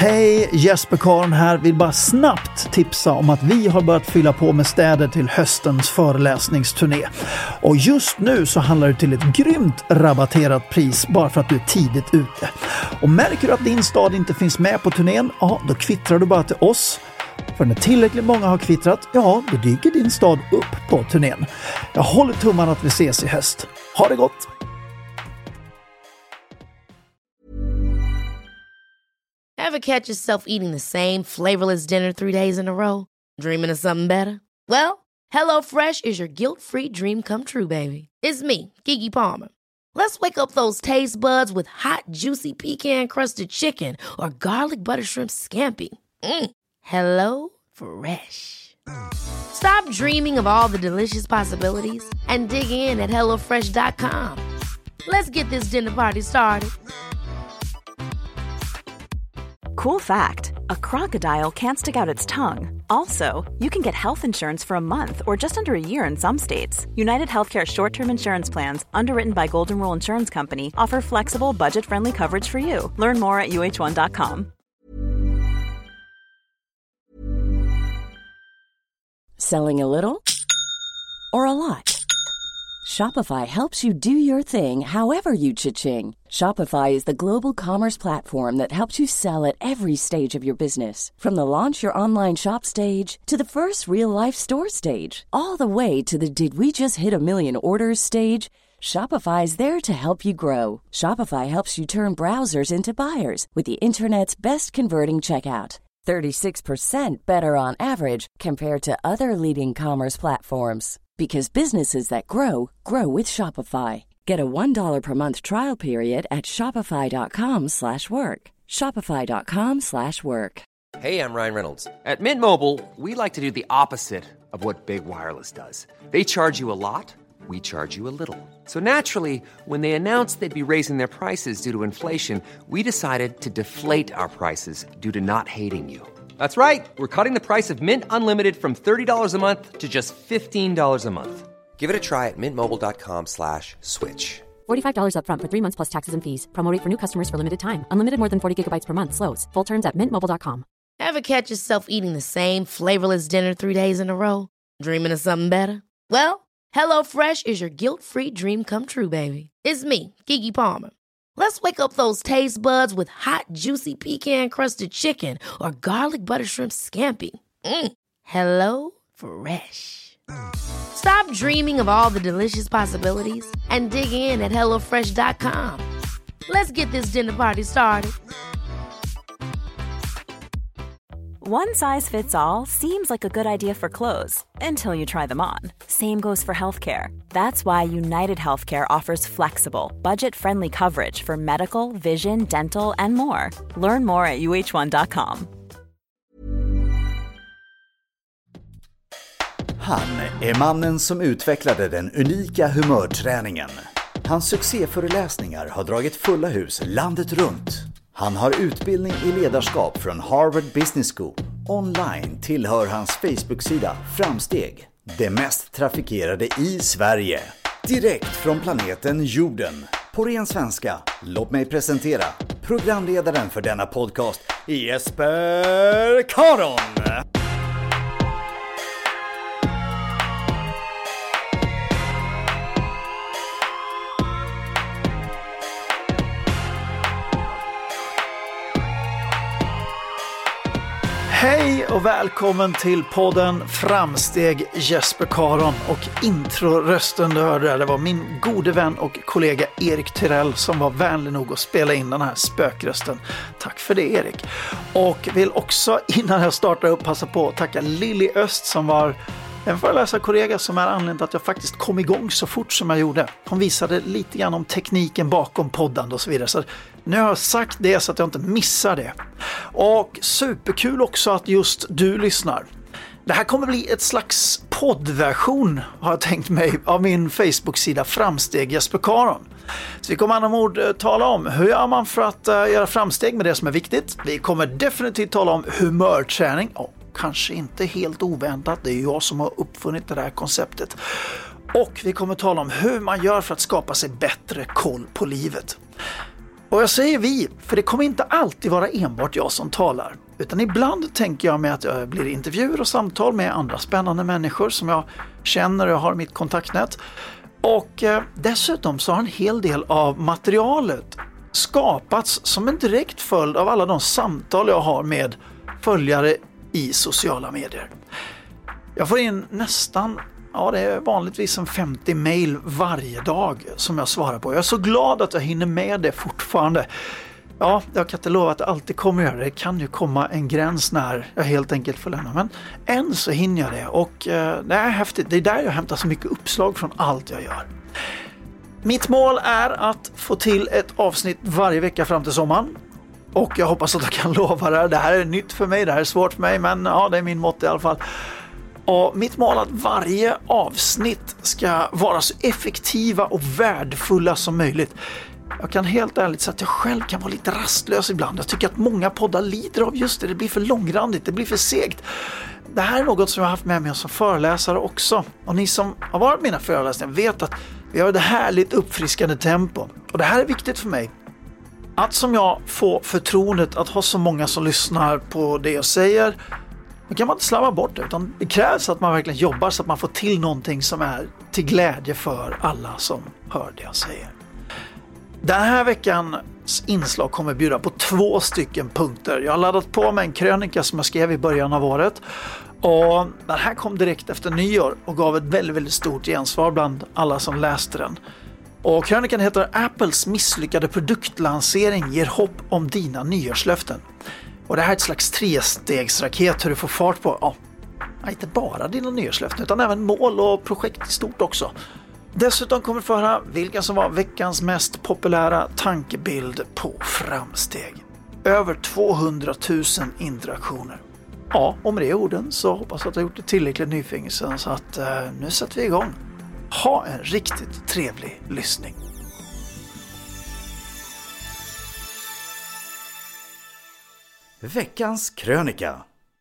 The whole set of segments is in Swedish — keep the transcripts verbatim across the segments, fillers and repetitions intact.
Hej, Jesper Karon här. Vill bara snabbt tipsa om att vi har börjat fylla på med städer till höstens föreläsningsturné. Och just nu så handlar det till ett grymt rabatterat pris bara för att du är tidigt ute. Och märker du att din stad inte finns med på turnén, ja, då kvittrar du bara till oss. För när tillräckligt många har kvittrat, ja, då dyker din stad upp på turnén. Jag håller tummarna att vi ses i höst. Ha det gott! Ever catch yourself eating the same flavorless dinner three days in a row? Dreaming of something better? Well, HelloFresh is your guilt-free dream come true, baby. It's me, Keke Palmer. Let's wake up those taste buds with hot, juicy pecan-crusted chicken or garlic butter shrimp scampi. Mm. Hello Fresh. Stop dreaming of all the delicious possibilities and dig in at hello fresh dot com. Let's get this dinner party started. Cool fact, a crocodile can't stick out its tongue. Also, you can get health insurance for a month or just under a year in some states. United Healthcare short-term insurance plans, underwritten by Golden Rule Insurance Company, offer flexible, budget-friendly coverage for you. Learn more at u h one dot com. Selling a little or a lot? Shopify helps you do your thing however you cha-ching. Shopify is the global commerce platform that helps you sell at every stage of your business. From the launch your online shop stage to the first real-life store stage, all the way to the did we just hit a million orders stage. Shopify is there to help you grow. Shopify helps you turn browsers into buyers with the internet's best converting checkout. thirty-six percent better on average compared to other leading commerce platforms. Because businesses that grow, grow with Shopify. Get a one dollar per month trial period at shopify.com slash work. Shopify.com slash work. Hey, I'm Ryan Reynolds. At Mint Mobile, we like to do the opposite of what Big Wireless does. They charge you a lot, we charge you a little. So naturally, when they announced they'd be raising their prices due to inflation, we decided to deflate our prices due to not hating you. That's right. We're cutting the price of Mint Unlimited from thirty dollars a month to just fifteen dollars a month. Give it a try at mintmobile.com slash switch. forty-five dollars up front for three months plus taxes and fees. Promo rate for new customers for limited time. Unlimited more than forty gigabytes per month. Slows full terms at mint mobile dot com. Ever catch yourself eating the same flavorless dinner three days in a row? Dreaming of something better? Well, HelloFresh is your guilt-free dream come true, baby. It's me, Keke Palmer. Let's wake up those taste buds with hot, juicy pecan-crusted chicken or garlic butter shrimp scampi. Mm. Hello Fresh. Stop dreaming of all the delicious possibilities and dig in at hello fresh dot com. Let's get this dinner party started. One size fits all seems like a good idea for clothes until you try them on. Same goes for healthcare. That's why United Healthcare offers flexible, budget-friendly coverage for medical, vision, dental, and more. Learn more at u h one dot com. Han är mannen som utvecklade den unika humörträningen. Hans succéföreläsningar har dragit fulla hus landet runt. Han har utbildning i ledarskap från Harvard Business School. Online tillhör hans Facebook-sida Framsteg, det mest trafikerade i Sverige. Direkt från planeten Jorden. På ren svenska, låt mig presentera programledaren för denna podcast, Jesper Karon. Hej och välkommen till podden Framsteg, Jesper Karon, och introrösten du hörde, det var min gode vän och kollega Erik Tyrell som var vänlig nog att spela in den här spökrösten. Tack för det, Erik. Och vill också innan jag startar upp passa på att tacka Lilly Öst som var en föreläsarkollega som är anledningen till att jag faktiskt kom igång så fort som jag gjorde. Hon visade lite grann om tekniken bakom podden och så vidare. Så nu har jag sagt det så att jag inte missar det. Och superkul också att just du lyssnar. Det här kommer bli ett slags poddversion, har jag tänkt mig, av min Facebook-sida Framsteg Jesper Karon. Så vi kommer andra ord tala om hur gör man för att uh, göra framsteg med det som är viktigt. Vi kommer definitivt tala om humörträning. Oh, kanske inte helt oväntat, det är jag som har uppfunnit det här konceptet. Och vi kommer tala om hur man gör för att skapa sig bättre koll på livet. Och jag säger vi, för det kommer inte alltid vara enbart jag som talar. Utan ibland tänker jag mig att jag blir intervjuer och samtal med andra spännande människor som jag känner och har i mitt kontaktnät. Och eh, dessutom så har en hel del av materialet skapats som en direkt följd av alla de samtal jag har med följare i sociala medier. Jag får in nästan, ja det är vanligtvis en femtio mejl varje dag som jag svarar på. Jag är så glad att jag hinner med det fortfarande. Ja, jag kan inte lova att det alltid kommer göra det. Det kan ju komma en gräns när jag helt enkelt får lämna. Men än så hinner jag det och eh, det är häftigt. Det är där jag hämtar så mycket uppslag från allt jag gör. Mitt mål är att få till ett avsnitt varje vecka fram till sommaren. Och jag hoppas att jag kan lova det. Det här är nytt för mig, det här är svårt för mig. Men ja, det är min mått i alla fall. Och mitt mål är att varje avsnitt ska vara så effektiva och värdefulla som möjligt. Jag kan helt ärligt säga att jag själv kan vara lite rastlös ibland. Jag tycker att många poddar lider av just det. Det blir för långrandigt, det blir för segt. Det här är något som jag har haft med mig som föreläsare också. Och ni som har varit mina föreläsningar vet att vi har ett härligt uppfriskande tempo. Och det här är viktigt för mig. Att som jag får förtroendet att ha så många som lyssnar på det jag säger, då kan man inte slarva bort det. Utan det krävs att man verkligen jobbar så att man får till någonting som är till glädje för alla som hör det jag säger. Den här veckans inslag kommer bjuda på två stycken punkter. Jag har laddat på med en krönika som jag skrev i början av året. Och den här kom direkt efter nyår och gav ett väldigt, väldigt stort gensvar bland alla som läste den. Och krönikan heter Apples misslyckade produktlansering ger hopp om dina nyårslöften. Och det här är ett slags trestegsraket hur du får fart på, ja, inte bara dina nyårslöften utan även mål och projekt i stort också. Dessutom kommer vi få höra vilka som var veckans mest populära tankebild på Framsteg. Över tvåhundratusen interaktioner. Ja, om det är orden så hoppas jag att jag har gjort det tillräckligt nyfiken så att eh, nu sätter vi igång. Ha en riktigt trevlig lyssning. Veckans krönika.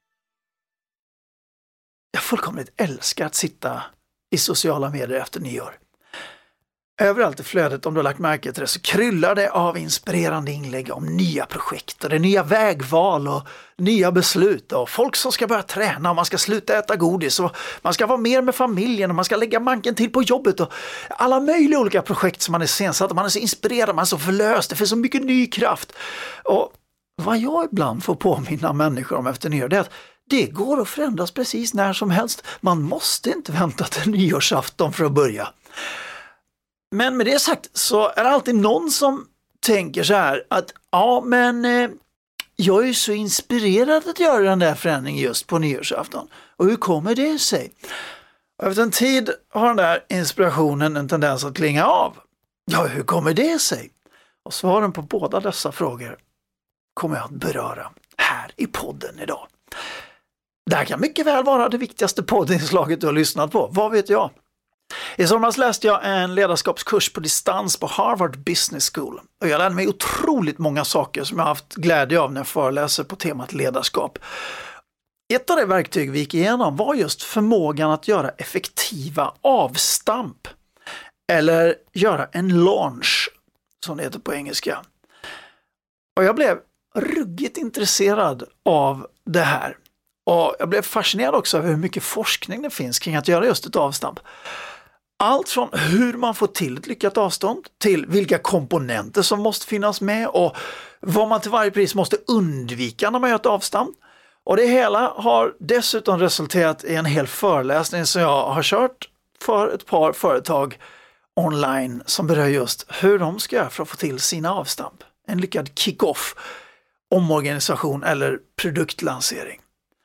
Jag fullkomligt älskar att sitta i sociala medier efter nyår. Överallt i flödet, om du har lagt märke till det, så kryllar det av inspirerande inlägg om nya projekt och det är nya vägval och nya beslut och folk som ska börja träna och man ska sluta äta godis och man ska vara mer med familjen och man ska lägga manken till på jobbet och alla möjliga olika projekt som man är sensatt och man är så inspirerad, man är så förlöst, det finns så mycket ny kraft. Och vad jag ibland får påminna människor om efter nyår, det är att det går att förändras precis när som helst. Man måste inte vänta till nyårsafton för att börja. Men med det sagt så är det alltid någon som tänker så här att ja men eh, jag är ju så inspirerad att göra den där förändringen just på nyårsafton. Och hur kommer det sig? Och efter en tid har den där inspirationen en tendens att klinga av. Ja, hur kommer det sig? Och svaren på båda dessa frågor kommer jag att beröra här i podden idag. Det här kan mycket väl vara det viktigaste poddinslaget du har lyssnat på. Vad vet jag? I somras läste jag en ledarskapskurs på distans på Harvard Business School. Och jag lärde mig otroligt många saker som jag har haft glädje av när jag föreläser på temat ledarskap. Ett av de verktyg vi gick igenom var just förmågan att göra effektiva avstamp. Eller göra en launch, som det heter på engelska. Och jag blev ruggigt intresserad av det här. Och jag blev fascinerad också över hur mycket forskning det finns kring att göra just ett avstamp. Allt från hur man får till ett lyckat avstånd till vilka komponenter som måste finnas med och vad man till varje pris måste undvika när man gör ett avstamp. Och det hela har dessutom resulterat i en hel föreläsning som jag har kört för ett par företag online som berör just hur de ska göra för att få till sina avstamp. En lyckad kick-off, omorganisation eller produktlansering.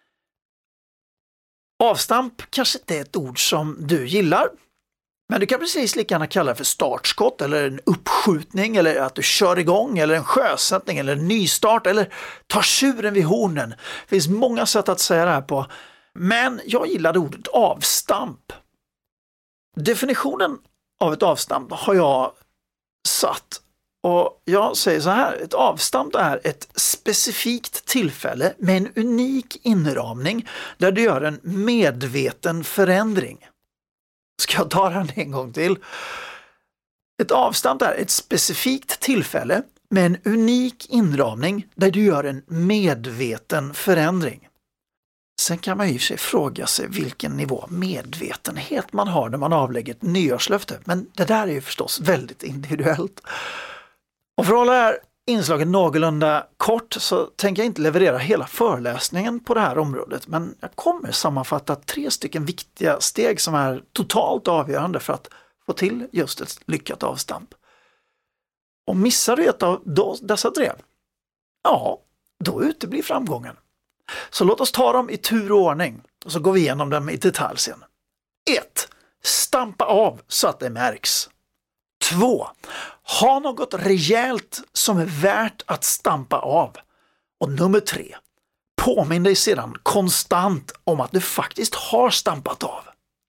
Avstamp kanske inte är ett ord som du gillar, men du kan precis lika gärna kalla det för startskott eller en uppskjutning eller att du kör igång eller en sjösättning eller en nystart eller tar tjuren vid hornen. Det finns många sätt att säga det här på, men jag gillade ordet avstamp. Definitionen av ett avstamp har jag satt. Och jag säger så här, ett avstamp är ett specifikt tillfälle med en unik inramning där du gör en medveten förändring. Ska jag ta den en gång till? Ett avstamp är ett specifikt tillfälle med en unik inramning där du gör en medveten förändring. Sen kan man ju sig fråga sig vilken nivå medvetenhet man har när man avlägger ett nyårslöfte, men det där är ju förstås väldigt individuellt. Och för att hålla det här inslaget någorlunda kort så tänker jag inte leverera hela föreläsningen på det här området, men jag kommer sammanfatta tre stycken viktiga steg som är totalt avgörande för att få till just ett lyckat avstamp. Och missar du ett av dessa tre, ja, då uteblir framgången. Så låt oss ta dem i tur och ordning och så går vi igenom dem i detalj sen. ett. Stampa av så att det märks. två. Ha något rejält som är värt att stampa av. Och nummer tre. Påminn dig sedan konstant om att du faktiskt har stampat av.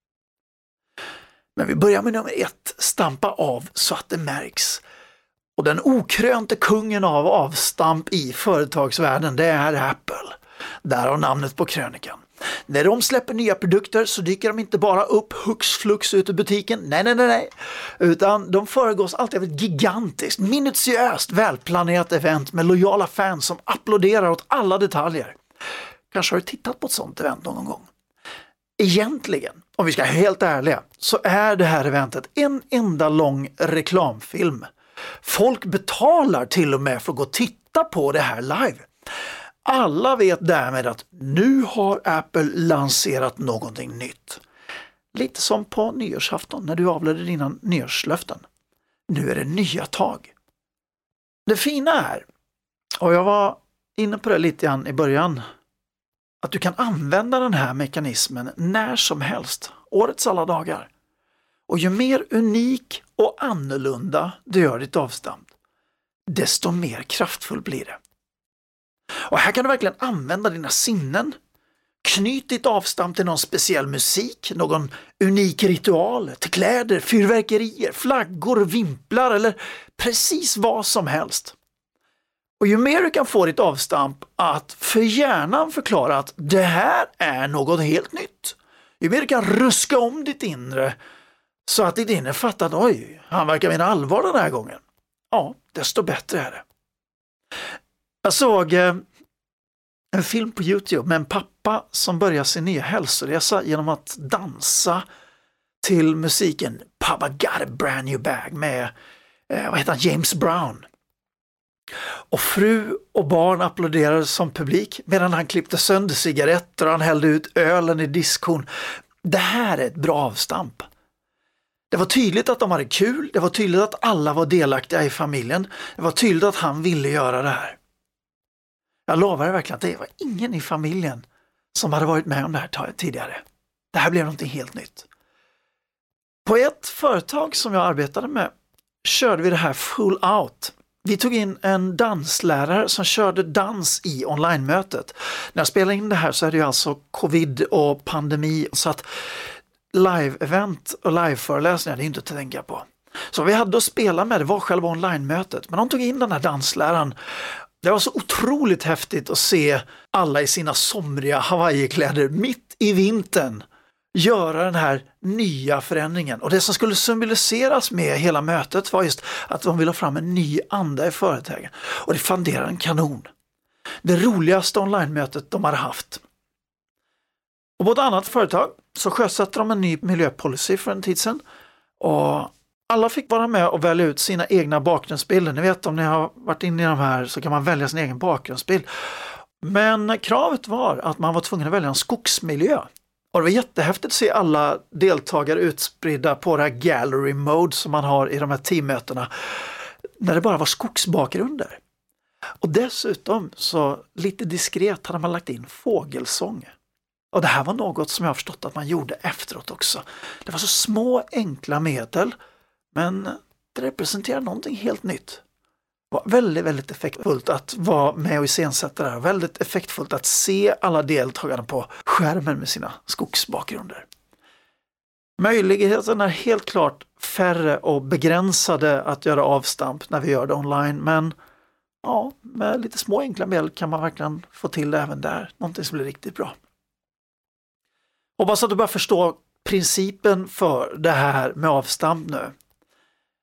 Men vi börjar med nummer ett. Stampa av så att det märks. Och den okrönte kungen av avstamp i företagsvärlden, det är Apple. Där har namnet på krönikan. När de släpper nya produkter så dyker de inte bara upp hux flux ut i butiken. Nej, nej, nej, nej. Utan de föregås alltid av ett gigantiskt, minutiöst, välplanerat event med lojala fans som applåderar åt alla detaljer. Kanske har du tittat på ett sånt event någon gång. Egentligen, om vi ska vara helt ärliga, så är det här eventet en enda lång reklamfilm. Folk betalar till och med för att gå och titta på det här live. Alla vet därmed att nu har Apple lanserat någonting nytt. Lite som på nyårsafton när du avlade dina nyårslöften. Nu är det nya tag. Det fina är, och jag var inne på det lite grann i början, att du kan använda den här mekanismen när som helst, årets alla dagar. Och ju mer unik och annorlunda du gör ditt avstamp, desto mer kraftfull blir det. Och här kan du verkligen använda dina sinnen. Knyt ditt avstamp till någon speciell musik, någon unik ritual, till kläder, fyrverkerier, flaggor, vimplar eller precis vad som helst. Och ju mer du kan få ditt avstamp att för hjärnan förklara att det här är något helt nytt, ju mer du kan ruska om ditt inre så att ditt inre fattar att oj, han verkar mena allvar den här gången. Ja, desto bättre är det. Jag såg eh, en film på YouTube med en pappa som börjar sin nya hälsoresa genom att dansa till musiken Papa got a brand new bag med eh, vad heter han? James Brown. Och fru och barn applåderade som publik medan han klippte sönder cigaretter och han hällde ut ölen i diskon. Det här är ett bra avstamp. Det var tydligt att de hade kul, det var tydligt att alla var delaktiga i familjen, det var tydligt att han ville göra det här. Jag lovar er verkligen att det var ingen i familjen som hade varit med om det här tidigare. Det här blev någonting helt nytt. På ett företag som jag arbetade med körde vi det här full out. Vi tog in en danslärare som körde dans i online-mötet. När jag spelade in det här så är det ju alltså covid och pandemi, så att live-event och live-föreläsningar är inte att tänka på. Så vi hade att spela med, det var själva online-mötet. Men de tog in den här dansläraren. Det var så otroligt häftigt att se alla i sina somriga Hawaii-kläder mitt i vintern göra den här nya förändringen. Och det som skulle symboliseras med hela mötet var just att de ville ha fram en ny anda i företagen. Och det funderade en kanon. Det roligaste online-mötet de hade haft. Och på ett annat företag så sjösatte de en ny miljöpolicy för en tid sedan. Och alla fick vara med och välja ut sina egna bakgrundsbilder. Ni vet, om ni har varit inne i de här så kan man välja sin egen bakgrundsbild. Men kravet var att man var tvungen att välja en skogsmiljö. Och det var jättehäftigt att se alla deltagare utspridda på det här gallery mode som man har i de här teammötena. När det bara var skogsbakgrunder. Och dessutom så lite diskret hade man lagt in fågelsång. Och det här var något som jag har förstått att man gjorde efteråt också. Det var så små enkla medel, men det representerar någonting helt nytt. Det var väldigt, väldigt effektfullt att vara med och iscensätta det här. Väldigt effektfullt att se alla deltagarna på skärmen med sina skogsbakgrunder. Möjligheterna är helt klart färre och begränsade att göra avstamp när vi gör det online, men ja, med lite små enkla medel kan man verkligen få till det även där. Någonting som blir riktigt bra. Hoppas att du bara förstår principen för det här med avstamp nu.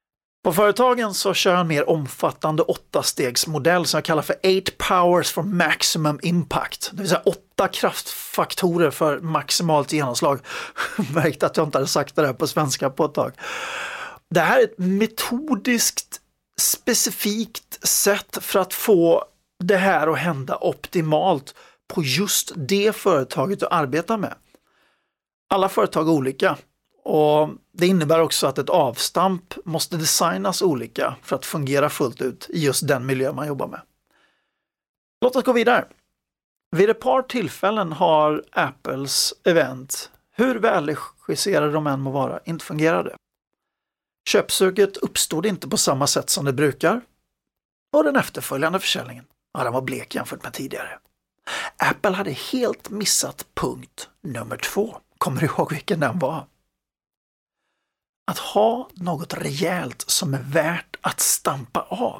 På företagen så kör en mer omfattande åttastegsmodell som jag kallar för eight powers for maximum impact. Det vill säga åtta kraftfaktorer för maximalt genomslag. Märkte att jag inte hade sagt det där på svenska på ett tag. Det här är ett metodiskt, specifikt sätt för att få det här att hända optimalt på just det företaget du arbetar med. Alla företag är olika. Och det innebär också att ett avstamp måste designas olika för att fungera fullt ut i just den miljö man jobbar med. Låt oss gå vidare. Vid ett par tillfällen har Apples event, hur välregisserade de än må vara, inte fungerade. Köpsöket uppstod inte på samma sätt som det brukar. Och den efterföljande försäljningen, ja, den var blek jämfört med tidigare. Apple hade helt missat punkt nummer två. Kommer du ihåg vilken den var? Att ha något rejält som är värt att stampa av.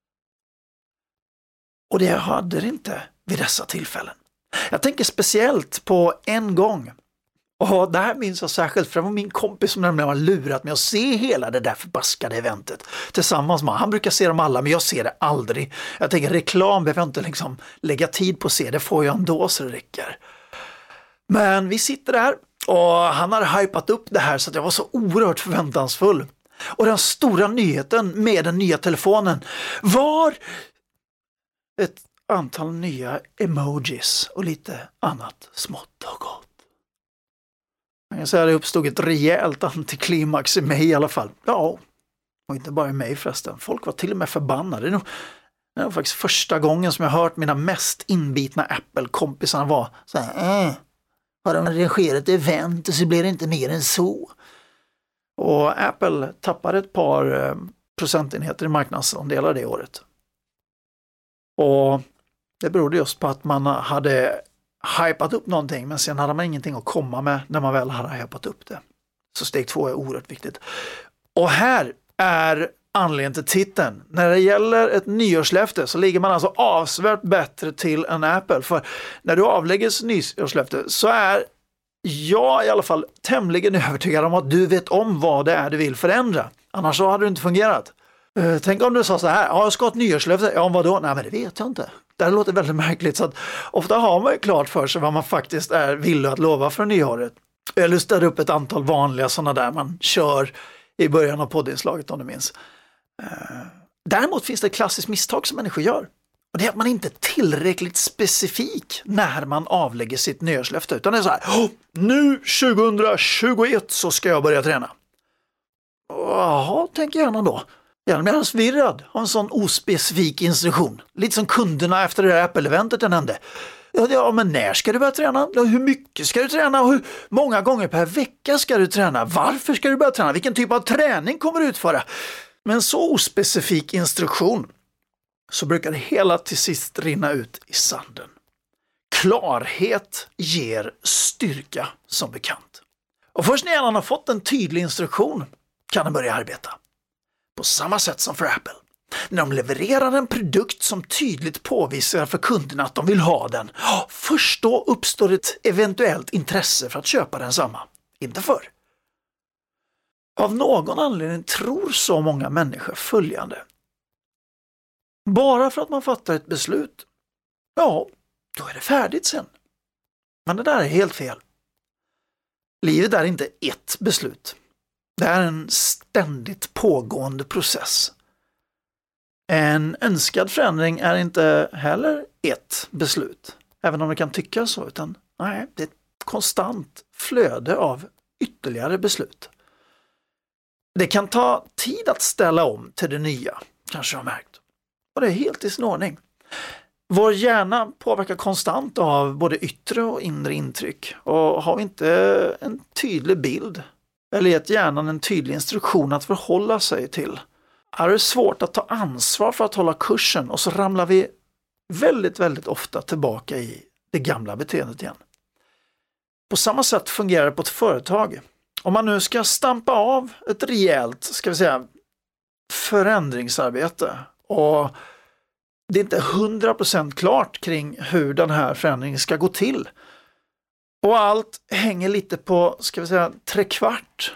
Och det hade det inte vid dessa tillfällen. Jag tänker speciellt på en gång. Och det här minns jag särskilt, för det var min kompis som nämligen har lurat mig att se hela det där förbaskade eventet tillsammans med. Han brukar se dem alla, men jag ser det aldrig. Jag tänker, reklam behöver jag inte liksom lägga tid på att se, det får jag ändå så det räcker. Men vi sitter där och han har hypat upp det här så att jag var så oerhört förväntansfull. Och den stora nyheten med den nya telefonen var ett antal nya emojis och lite annat smått och gott. Jag kan säga att det uppstod ett rejält antiklimax i mig i alla fall. Ja, och inte bara i mig förresten. Folk var till och med förbannade. Det är nog, det var faktiskt första gången som jag hört mina mest inbitna Apple-kompisar vara så här, äh, har de arrangerat ett event och så blir det inte mer än så. Och Apple tappade ett par eh, procentenheter i marknadsandelar det året. Och det berodde just på att man hade hypat upp någonting, men sen hade man ingenting att komma med när man väl hade hypat upp det. Så steg två är oerhört viktigt. Och här är anledningen till titeln. När det gäller ett nyårslöfte så ligger man alltså avsevärt bättre till än Apple. För när du avlägger ett nyårslöfte så är jag i alla fall tämligen övertygad om att du vet om vad det är du vill förändra. Annars så hade det inte fungerat. Uh, tänk om du sa så här, ja, jag ska ha ett nyårslöfte. Ja, vad då? Nej, men det vet jag inte. Det här låter väldigt märkligt, så att ofta har man ju klart för sig vad man faktiskt är villig att lova för nyåret. Jag lustade upp ett antal vanliga sådana där man kör i början av poddinslaget om du minns. Uh, däremot finns det ett klassiskt misstag som människor gör. Och det är att man inte är tillräckligt specifik när man avlägger sitt nyårslöfte. Utan det är så här, oh, nu tjugohundratjugoett så ska jag börja träna. Jaha, tänker jag gärna då. Jag blir alldeles virrad av en sån ospecifik instruktion. Lite som kunderna efter det här Apple-eventet jag nämnde. Ja, ja, men när ska du börja träna? Ja, hur mycket ska du träna? Hur många gånger per vecka ska du träna? Varför ska du börja träna? Vilken typ av träning kommer du utföra? Med en så ospecifik instruktion så brukar det hela till sist rinna ut i sanden. Klarhet ger styrka som bekant. Och först när man har fått en tydlig instruktion kan den börja arbeta. På samma sätt som för Apple. När de levererar en produkt som tydligt påvisar för kunderna att de vill ha den, först då uppstår ett eventuellt intresse för att köpa densamma. Inte förr. Av någon anledning tror så många människor följande. Bara för att man fattar ett beslut, ja, då är det färdigt sen. Men det där är helt fel. Livet är inte ett beslut. Det är en ständigt pågående process. En önskad förändring är inte heller ett beslut. Även om det kan tyckas så, utan nej, det är ett konstant flöde av ytterligare beslut. Det kan ta tid att ställa om till det nya, kanske jag har märkt. Och det är helt i sin ordning. Vår hjärna påverkar konstant av både yttre och inre intryck. Och har vi inte en tydlig bild eller gett hjärnan en tydlig instruktion att förhålla sig till, är det svårt att ta ansvar för att hålla kursen och så ramlar vi väldigt, väldigt ofta tillbaka i det gamla beteendet igen. På samma sätt fungerar det på ett företag. Om man nu ska stampa av ett rejält, ska vi säga, förändringsarbete och det är inte hundra procent klart kring hur den här förändringen ska gå till. Och allt hänger lite på, ska vi säga, tre kvart.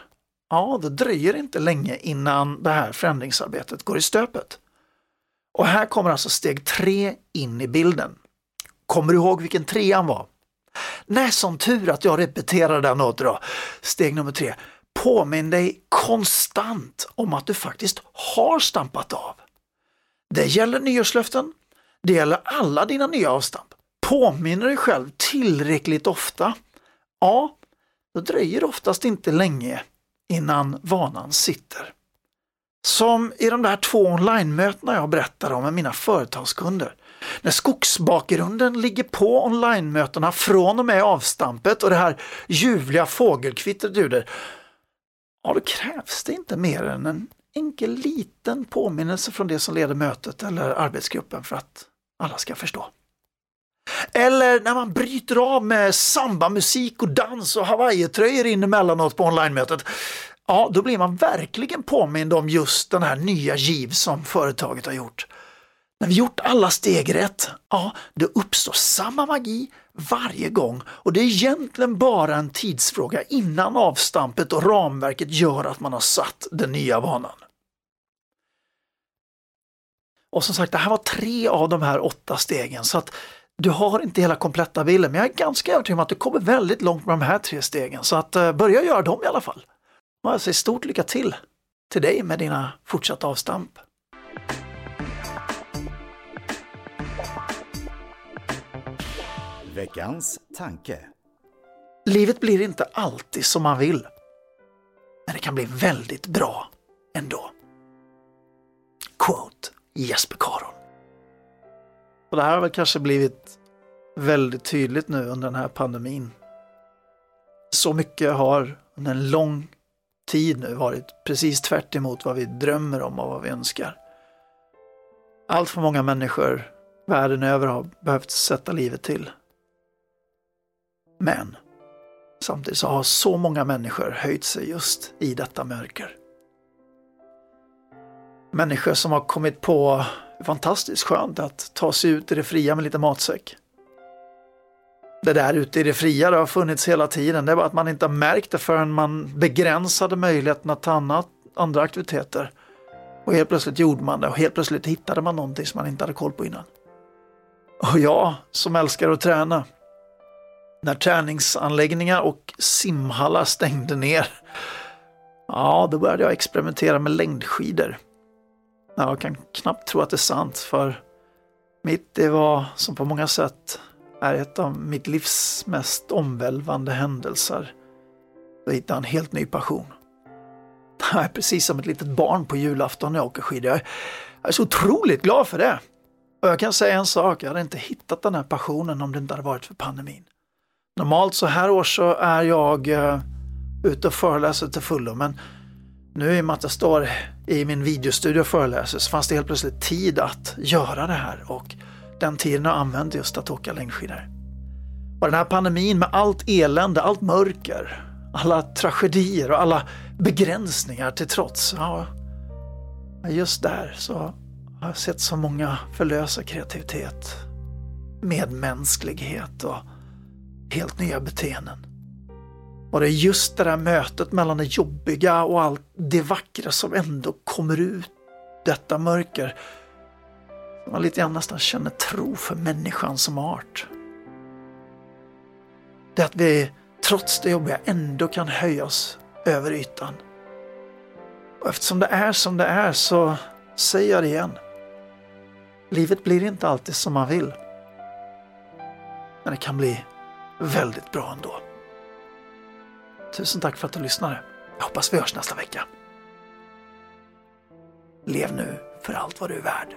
ja, då dröjer det inte länge innan det här förändringsarbetet går i stöpet. Och här kommer alltså steg tre in i bilden. Kommer du ihåg vilken trean var? Nej, som tur att jag repeterar den åt då. Steg nummer tre. Påminn dig konstant om att du faktiskt har stampat av. Det gäller nyårslöften. Det gäller alla dina nya avstamp. Påminner dig själv tillräckligt ofta. Ja, då dröjer det oftast inte länge innan vanan sitter. Som i de där två online-mötena jag berättar om med mina företagskunder. När skogsbakgrunden ligger på online-mötena från och med avstampet och det här ljuvliga fågelkvittret ljuder, ja, då krävs det inte mer än en enkel liten påminnelse från det som leder mötet eller arbetsgruppen för att alla ska förstå. Eller när man bryter av med samba-musik och dans och Hawaii-tröjor in emellanåt på online-mötet, ja, då blir man verkligen påmind om just den här nya giv som företaget har gjort. När vi gjort alla steg rätt, ja, det uppstår samma magi varje gång och det är egentligen bara en tidsfråga innan avstampet och ramverket gör att man har satt den nya vanan. Och som sagt, det här var tre av de här åtta stegen så att du har inte hela kompletta bilden, men jag är ganska övertygad om att du kommer väldigt långt med de här tre stegen så att uh, börja göra dem i alla fall. Och jag säger stort lycka till till dig med dina fortsatta avstamp. Veckans tanke. Livet blir inte alltid som man vill. Men det kan bli väldigt bra ändå. Quote Jesper Caron. Och det här har väl kanske blivit väldigt tydligt nu under den här pandemin. Så mycket har under en lång tid nu varit precis tvärt emot vad vi drömmer om och vad vi önskar. Allt för många människor världen över har behövt sätta livet till. Men samtidigt så har så många människor höjt sig just i detta mörker. Människor som har kommit på fantastiskt skönt att ta sig ut i det fria med lite matsäck. Det där ute i det fria det har funnits hela tiden. Det är bara att man inte har märkt det förrän man begränsade möjligheten att ta annat, andra aktiviteter. Och helt plötsligt gjorde man det och helt plötsligt hittade man någonting som man inte hade koll på innan. Och jag som älskar att träna. När träningsanläggningar och simhallar stängde ner, ja, då började jag experimentera med längdskidor. Jag kan knappt tro att det är sant, för mitt det var som på många sätt är ett av mitt livs mest omvälvande händelser. Jag hittade en helt ny passion. Jag är precis som ett litet barn på julafton när jag åker skidor. Jag är så otroligt glad för det. Och jag kan säga en sak, jag hade inte hittat den här passionen om det inte hade varit för pandemin. Normalt så här år så är jag uh, ute och föreläser till fullo, men nu i och med att jag står i min videostudio och föreläser så fanns det helt plötsligt tid att göra det här och den tiden har jag använt just att åka längdskidor. Och den här pandemin med allt elände, allt mörker, alla tragedier och alla begränsningar till trots, ja, just där så har jag sett så många förlösa kreativitet, medmänsklighet och helt nya beteenden. Och det är just det där mötet mellan det jobbiga och allt det vackra som ändå kommer ut detta mörker. Man lite grann nästan känner tro för människan som art. Det att vi trots det jobbiga ändå kan höja oss över ytan. Och eftersom det är som det är så säger jag det igen. Livet blir inte alltid som man vill. Men det kan bli väldigt bra ändå. Tusen tack för att du lyssnade. Jag hoppas vi hörs nästa vecka. Lev nu för allt vad du är värd.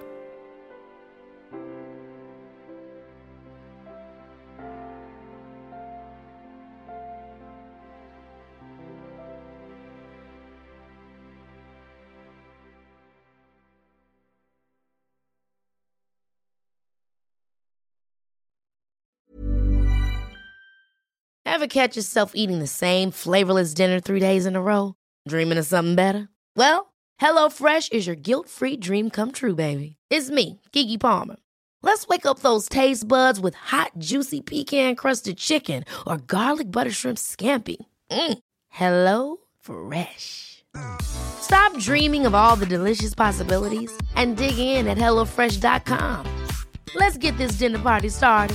Ever catch yourself eating the same flavorless dinner three days in a row? Dreaming of something better? Well, HelloFresh is your guilt-free dream come true, baby. It's me, Keke Palmer. Let's wake up those taste buds with hot, juicy pecan-crusted chicken or garlic butter shrimp scampi. Mm. Hello Fresh. Stop dreaming of all the delicious possibilities and dig in at hello fresh dot com. Let's get this dinner party started.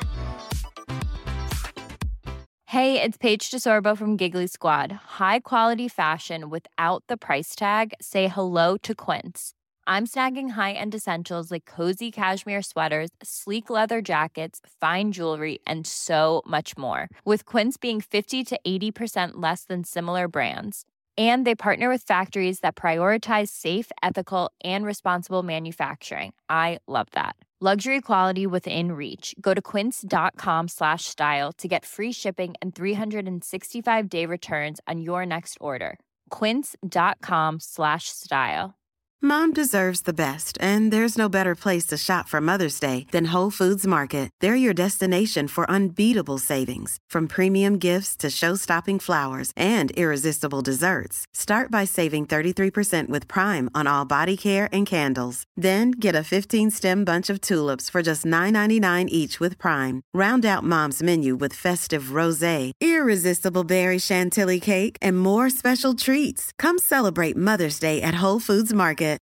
Hey, it's Paige DeSorbo from Giggly Squad. High quality fashion without the price tag. Say hello to Quince. I'm snagging high-end essentials like cozy cashmere sweaters, sleek leather jackets, fine jewelry, and so much more. With Quince being fifty to eighty percent less than similar brands. And they partner with factories that prioritize safe, ethical, and responsible manufacturing. I love that. Luxury quality within reach. Go to quince.com slash style to get free shipping and three sixty-five day returns on your next order. Quince.com slash style. Mom deserves the best, and there's no better place to shop for Mother's Day than Whole Foods Market. They're your destination for unbeatable savings, from premium gifts to show-stopping flowers and irresistible desserts. Start by saving thirty-three percent with Prime on all body care and candles. Then get a fifteen-stem bunch of tulips for just nine ninety-nine each with Prime. Round out Mom's menu with festive rosé, irresistible berry chantilly cake, and more special treats. Come celebrate Mother's Day at Whole Foods Market.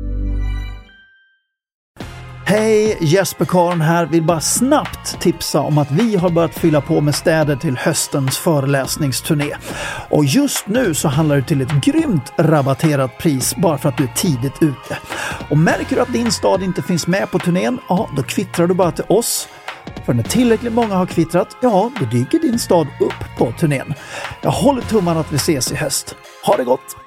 Hej, Jesper Karn här. Vill bara snabbt tipsa om att vi har börjat fylla på med städer till höstens föreläsningsturné. Och just nu så handlar det till ett grymt rabatterat pris bara för att du är tidigt ute. Och märker du att din stad inte finns med på turnén, ja, då kvittrar du bara till oss. För när tillräckligt många har kvittrat, ja, då dyker din stad upp på turnén. Jag håller tummarna att vi ses i höst. Ha det gott!